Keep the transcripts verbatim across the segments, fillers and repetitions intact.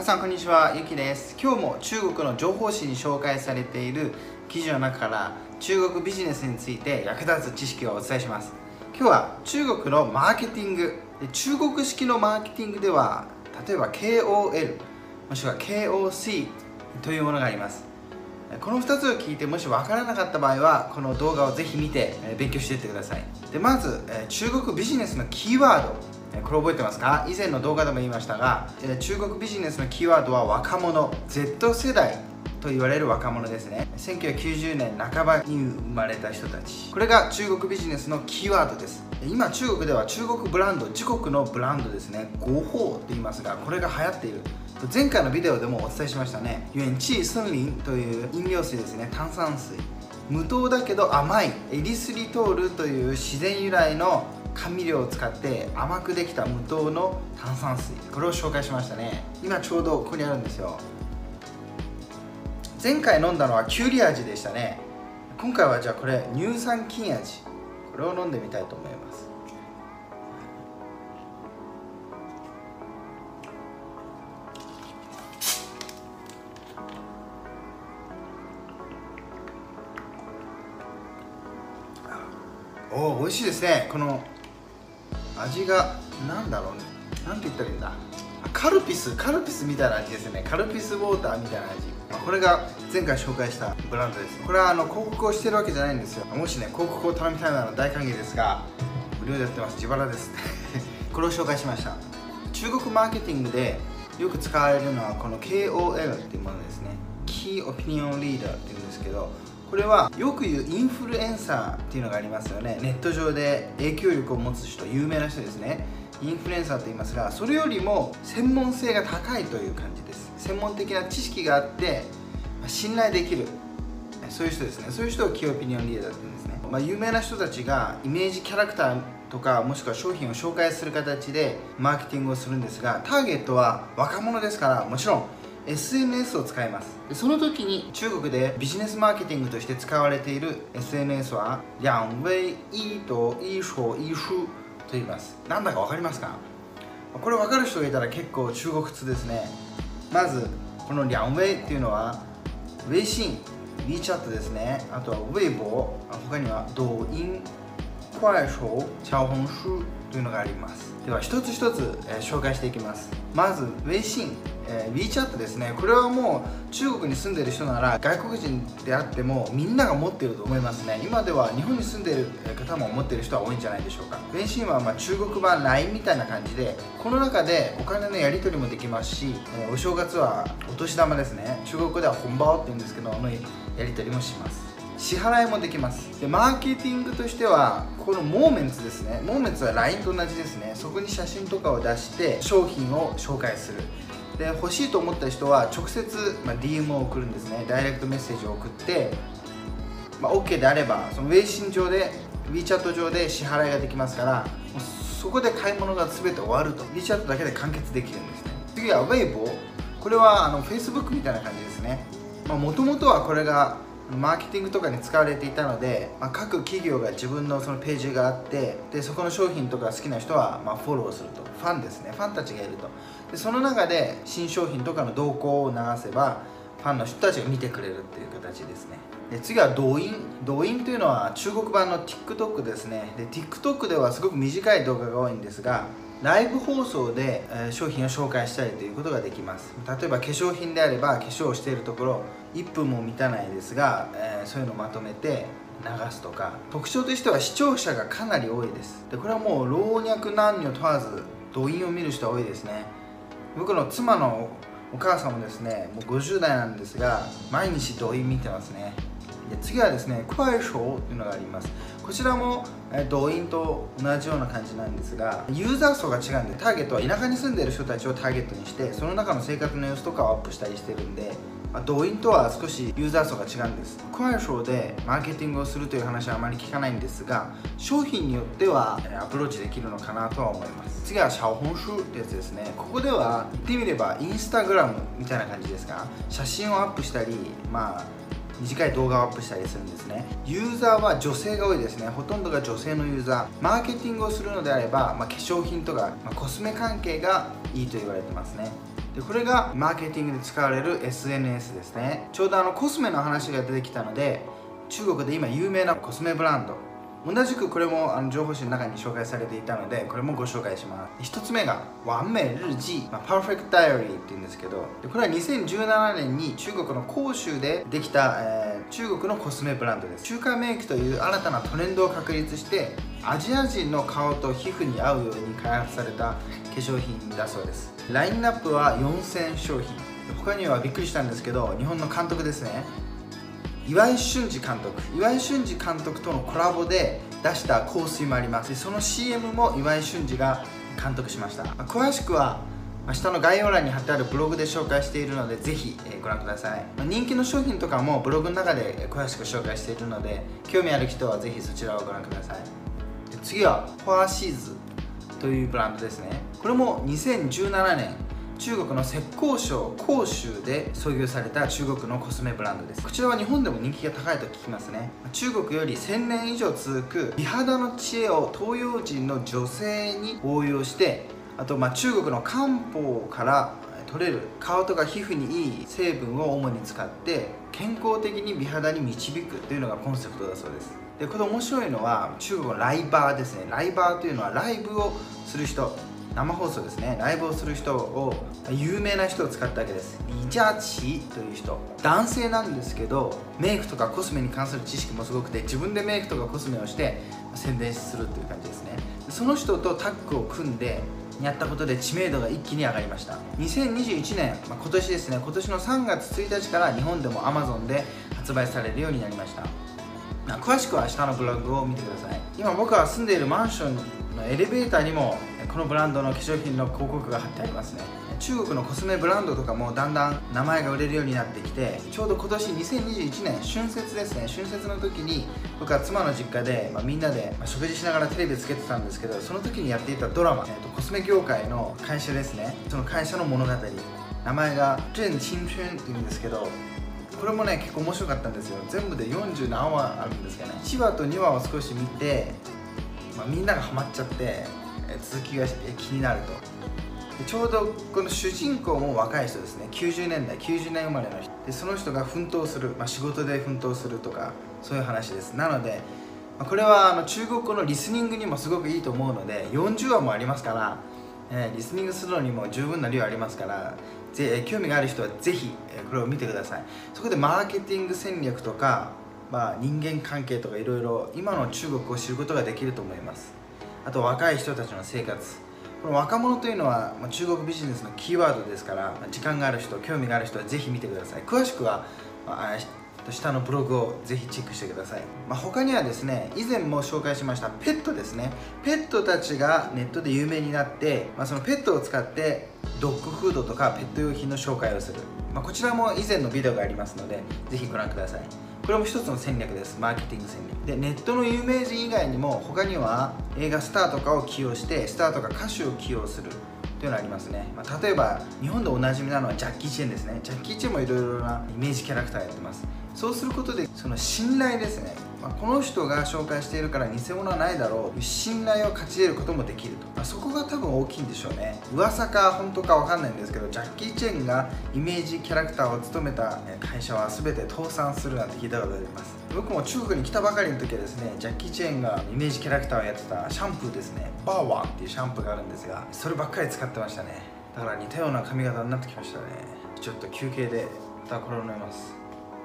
皆さんこんにちは、ゆきです。今日も中国の情報誌に紹介されている記事の中から中国ビジネスについて役立つ知識をお伝えします。今日は中国のマーケティング、中国式のマーケティングでは例えば ケーオーエル もしくは ケーオーシー というものがあります。このふたつを聞いてもし分からなかった場合はこの動画をぜひ見て勉強していってください。でまず中国ビジネスのキーワード、これ覚えてますか？以前の動画でも言いましたが、中国ビジネスのキーワードは若者、 Z 世代と言われる若者ですね。せんきゅうひゃくきゅうじゅうねん半ばに生まれた人たち、これが中国ビジネスのキーワードです。今中国では中国ブランド、自国のブランドですね、国宝と言いますが、これが流行っている。前回のビデオでもお伝えしましたね。元气森林という飲料水ですね、炭酸水、無糖だけど甘いエリスリトールという自然由来の甘味料を使って甘くできた無糖の炭酸水、これを紹介しましたね。今ちょうどここにあるんですよ。前回飲んだのはきゅうり味でしたね。今回はじゃあこれ乳酸菌味、これを飲んでみたいと思います。おお、美味しいですね。この味がなんだろうね、なんて言ったらいいんだ、カルピスカルピスみたいな味ですね。カルピスウォーターみたいな味。これが前回紹介したブランドです。これはあの広告をしてるわけじゃないんですよ。もしね広告を頼みたいなら大歓迎ですが、無料でやってます。自腹ですこれを紹介しました。中国マーケティングでよく使われるのはこの ケーオーエル っていうものですね。キーオピニオンリーダーっていうんですけど、これはよく言うインフルエンサーっていうのがありますよね。ネット上で影響力を持つ人、有名な人ですね。インフルエンサーと言いますが、それよりも専門性が高いという感じです。専門的な知識があって信頼できる、そういう人ですね。そういう人をキーオピニオンリーダーって言うんですね。まあ、有名な人たちがイメージキャラクターとかもしくは商品を紹介する形でマーケティングをするんですが、ターゲットは若者ですから、もちろんエスエヌエス を使います。でその時に中国でビジネスマーケティングとして使われている エスエヌエス は兩位一と一說一書と言います。なんだか分かりますか？これ分かる人がいたら結構中国通ですね。まずこの兩位っていうのは微信、WeChat ですね。あとは Weibo、他には抖音、快手、小紅書というのがあります。では一つ一つ、えー、紹介していきます。まず微信、えー、WeChat ですね。これはもう中国に住んでいる人なら外国人であってもみんなが持っていると思いますね。今では日本に住んでいる方も持っている人は多いんじゃないでしょうか。微信はまあ中国版 ライン みたいな感じで、この中でお金のやり取りもできますし、えー、お正月はお年玉ですね。中国語では紅包って言うんですけど、のやり取りもします。支払いもできます。でマーケティングとしてはこのモーメンツですね。モーメンツは ライン と同じですね。そこに写真とかを出して商品を紹介する。で欲しいと思った人は直接、まあ、ディーエム を送るんですね。ダイレクトメッセージを送って、まあ、OK であればその微信上で WeChat 上で支払いができますから、そこで買い物が全て終わると。 WeChat だけで完結できるんですね。次は Weibo、 これはあの Facebook みたいな感じですね。もともとはこれがマーケティングとかに使われていたので、まあ、各企業が自分のそのページがあって、でそこの商品とか好きな人はまあフォローすると。ファンですね。ファンたちがいると。でその中で新商品とかの動向を流せばファンの人たちが見てくれるっていう形ですね。で次は抖音。抖音というのは中国版の TikTok ですね。で TikTok ではすごく短い動画が多いんですが、ライブ放送で商品を紹介したりということができます。例えば化粧品であれば化粧をしているところいっぷんも満たないですが、えー、そういうのをまとめて流すとか。特徴としては視聴者がかなり多いです。でこれはもう老若男女問わず抖音を見る人は多いですね。僕の妻のお母さんもですね、もうごじゅう代なんですが毎日抖音見てますね。で次はですね、快手というのがあります。こちらも抖音と同じような感じなんですが、ユーザー層が違うんで、ターゲットは田舎に住んでいる人たちをターゲットにして、その中の生活の様子とかをアップしたりしてるんで、まあ、抖音とは少しユーザー層が違うんです。快手でマーケティングをするという話はあまり聞かないんですが、商品によってはアプローチできるのかなとは思います。次は小紅書ってやつですね。ここでは言ってみればインスタグラムみたいな感じですが、写真をアップしたり、まあ短い動画をアップしたりするんですね。ユーザーは女性が多いですね。ほとんどが女性のユーザー。マーケティングをするのであれば、まあ、化粧品とか、まあ、コスメ関係がいいと言われてますね。でこれがマーケティングで使われる エスエヌエス ですね。ちょうどあのコスメの話が出てきたので、中国で今有名なコスメブランド、同じくこれもあの情報誌の中に紹介されていたので、これもご紹介します。ひとつめが完美日記、まあ、パーフェクトダイアリーっていうんですけど、でこれはにせんじゅうななねんに中国の広州でできた、えー、中国のコスメブランドです。中華メイクという新たなトレンドを確立して、アジア人の顔と皮膚に合うように開発された化粧品だそうです。ラインナップはよんせんしょうひん。他にはびっくりしたんですけど、日本の監督ですね、岩井俊二監督岩井俊二監督とのコラボで出した香水もあります。でその シーエム も岩井俊二が監督しました。詳しくは下の概要欄に貼ってあるブログで紹介しているので、ぜひご覧ください。人気の商品とかもブログの中で詳しく紹介しているので、興味ある人はぜひそちらをご覧ください。で次はフォアシーズというブランドですね。これもにせんじゅうななねん中国の浙江省広州で創業された中国のコスメブランドです。こちらは日本でも人気が高いと聞きますね。中国よりせんねん以上続く美肌の知恵を東洋人の女性に応用して、あとまあ中国の漢方から取れる顔とか皮膚にいい成分を主に使って健康的に美肌に導くというのがコンセプトだそうです。でこれ面白いのは中国のライバーですね。ライバーというのはライブをする人、生放送ですね、ライブをする人を有名な人を使ったわけです。李佳琦という人、男性なんですけどメイクとかコスメに関する知識もすごくて、自分でメイクとかコスメをして宣伝するという感じですね。その人とタッグを組んでやったことで知名度が一気に上がりました。にせんにじゅういちねん、まあ、今年ですね、今年のさんがつついたちから日本でも アマゾン で発売されるようになりました。詳しくは下のブログを見てください。今僕が住んでいるマンションのエレベーターにもこのブランドの化粧品の広告が貼ってありますね。中国のコスメブランドとかもだんだん名前が売れるようになってきて、ちょうど今年にせんにじゅういちねん春節ですね、春節の時に僕は妻の実家で、まあ、みんなで食事しながらテレビつけてたんですけど、その時にやっていたドラマ、えー、とコスメ業界の会社ですね、その会社の物語、名前が真青春っていうんですけど、これもね結構面白かったんですよ。全部でよんじゅうなんわあるんですかね。いちわとにわを少し見て、まあ、みんながハマっちゃって、え続きが気になると。でちょうどこの主人公も若い人ですね。きゅうじゅうねんだいきゅうじゅうねん生まれの人で、その人が奮闘する、まあ、仕事で奮闘するとかそういう話です。なので、まあ、これはあの中国語のリスニングにもすごくいいと思うので、よんじゅうわもありますから、えー、リスニングするのにも十分な量ありますから、ぜ興味がある人はぜひこれを見てください。そこでマーケティング戦略とか、まあ、人間関係とかいろいろ今の中国を知ることができると思います。あと若い人たちの生活、この若者というのは、まあ、中国ビジネスのキーワードですから、時間がある人、興味がある人はぜひ見てください。詳しくは、まあ、下のブログをぜひチェックしてください。まあ、他にはですね、以前も紹介しましたペットですね。ペットたちがネットで有名になって、まあ、そのペットを使ってドッグフードとかペット用品の紹介をする、まあ、こちらも以前のビデオがありますのでぜひご覧ください。これも一つの戦略です。マーケティング戦略で、ネットの有名人以外にも他には映画スターとかを起用して、スターとか歌手を起用するというのがありますね。まあ、例えば日本でおなじみなのはジャッキー・チェンですね。ジャッキー・チェンもいろいろなイメージキャラクターやってます。そうすることでその信頼ですね、まあ、この人が紹介しているから偽物はないだろうという信頼を勝ち得ることもできると、まあ、そこが多分大きいんでしょうね。噂か本当か分かんないんですけど、ジャッキー・チェンがイメージキャラクターを務めた会社は全て倒産するなんて聞いたことがあります。僕も中国に来たばかりの時はですね、ジャッキー・チェンがイメージキャラクターをやってたシャンプーですね、バーワンっていうシャンプーがあるんですが、そればっかり使ってましたね。だから似たような髪型になってきましたね。ちょっと休憩でまたこれを飲みます。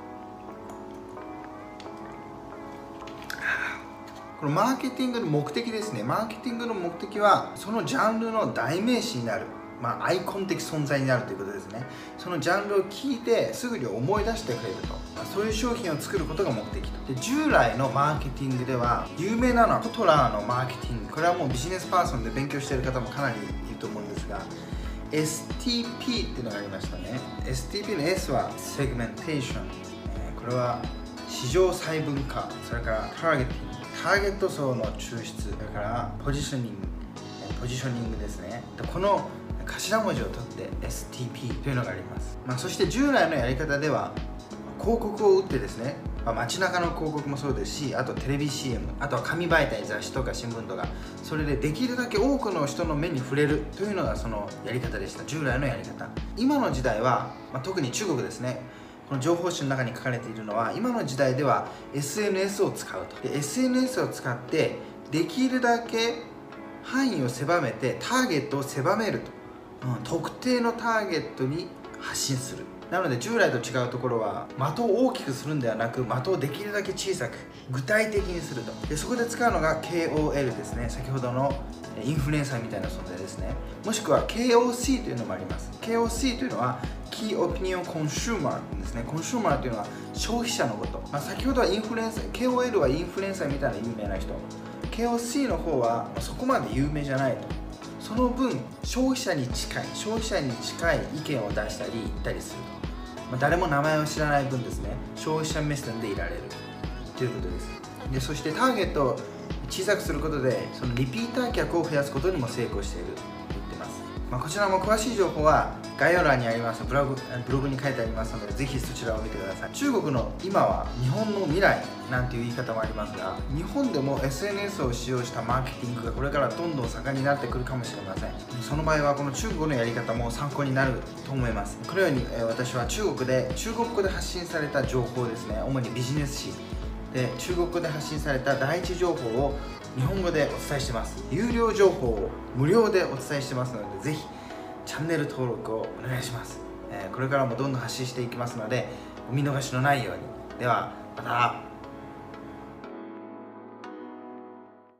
このマーケティングの目的ですね。マーケティングの目的はそのジャンルの代名詞になる、まあ、アイコン的存在になるということですね。そのジャンルを聞いてすぐに思い出してくれると、まあ、そういう商品を作ることが目的と。で従来のマーケティングでは有名なのはコトラーのマーケティング、これはもうビジネスパーソンで勉強している方もかなりいると思うんですが、 エスティーピー っていうのがありましたね。 エスティーピー の S はセグメンテーション、これは市場細分化、それからターゲティング、ターゲット層の抽出、それからポジショニング、ポジショニングですね。この頭文字を取って エスティーピー というのがあります。まあ、そして従来のやり方では広告を打ってですね、まあ、街中の広告もそうですし、あとテレビ シーエム、あとは紙媒体、雑誌とか新聞とか、それでできるだけ多くの人の目に触れるというのがそのやり方でした。従来のやり方。今の時代は、まあ、特に中国ですね、この情報誌の中に書かれているのは、今の時代では エスエヌエス を使うと。で エスエヌエス を使ってできるだけ範囲を狭めてターゲットを狭めると、うん、特定のターゲットに発信する。なので従来と違うところは、的を大きくするんではなく、的をできるだけ小さく具体的にすると。でそこで使うのが ケーオーエル ですね。先ほどのインフルエンサーみたいな存在ですね。もしくは ケーオーシー というのもあります。 ケーオーシー というのは Key Opinion Consumer ですね。コンシューマーというのは消費者のこと、まあ、先ほどはインフルエンサー、 ケーオーエル はインフルエンサーみたいな有名な人、 ケーオーシー の方はそこまで有名じゃないと。その分消費者に近い消費者に近い意見を出したり言ったりすると、まあ、誰も名前を知らない分ですね、消費者目線でいられるということです。でそしてターゲットを小さくすることで、そのリピーター客を増やすことにも成功していると言ってます。まあ、こちらも詳しい情報は概要欄にありますブログ、ブログに書いてありますので、ぜひそちらを見てください。中国の今は日本の未来なんていう言い方もありますが、日本でも エスエヌエス を使用したマーケティングがこれからどんどん盛んになってくるかもしれません。その場合はこの中国のやり方も参考になると思います。このように私は中国で中国語で発信された情報ですね、主にビジネス誌で中国語で発信された第一情報を日本語でお伝えしてます。有料情報を無料でお伝えしてますので、ぜひチャンネル登録をお願いします。えー、これからもどんどん発信していきますので、お見逃しのないように。ではまた。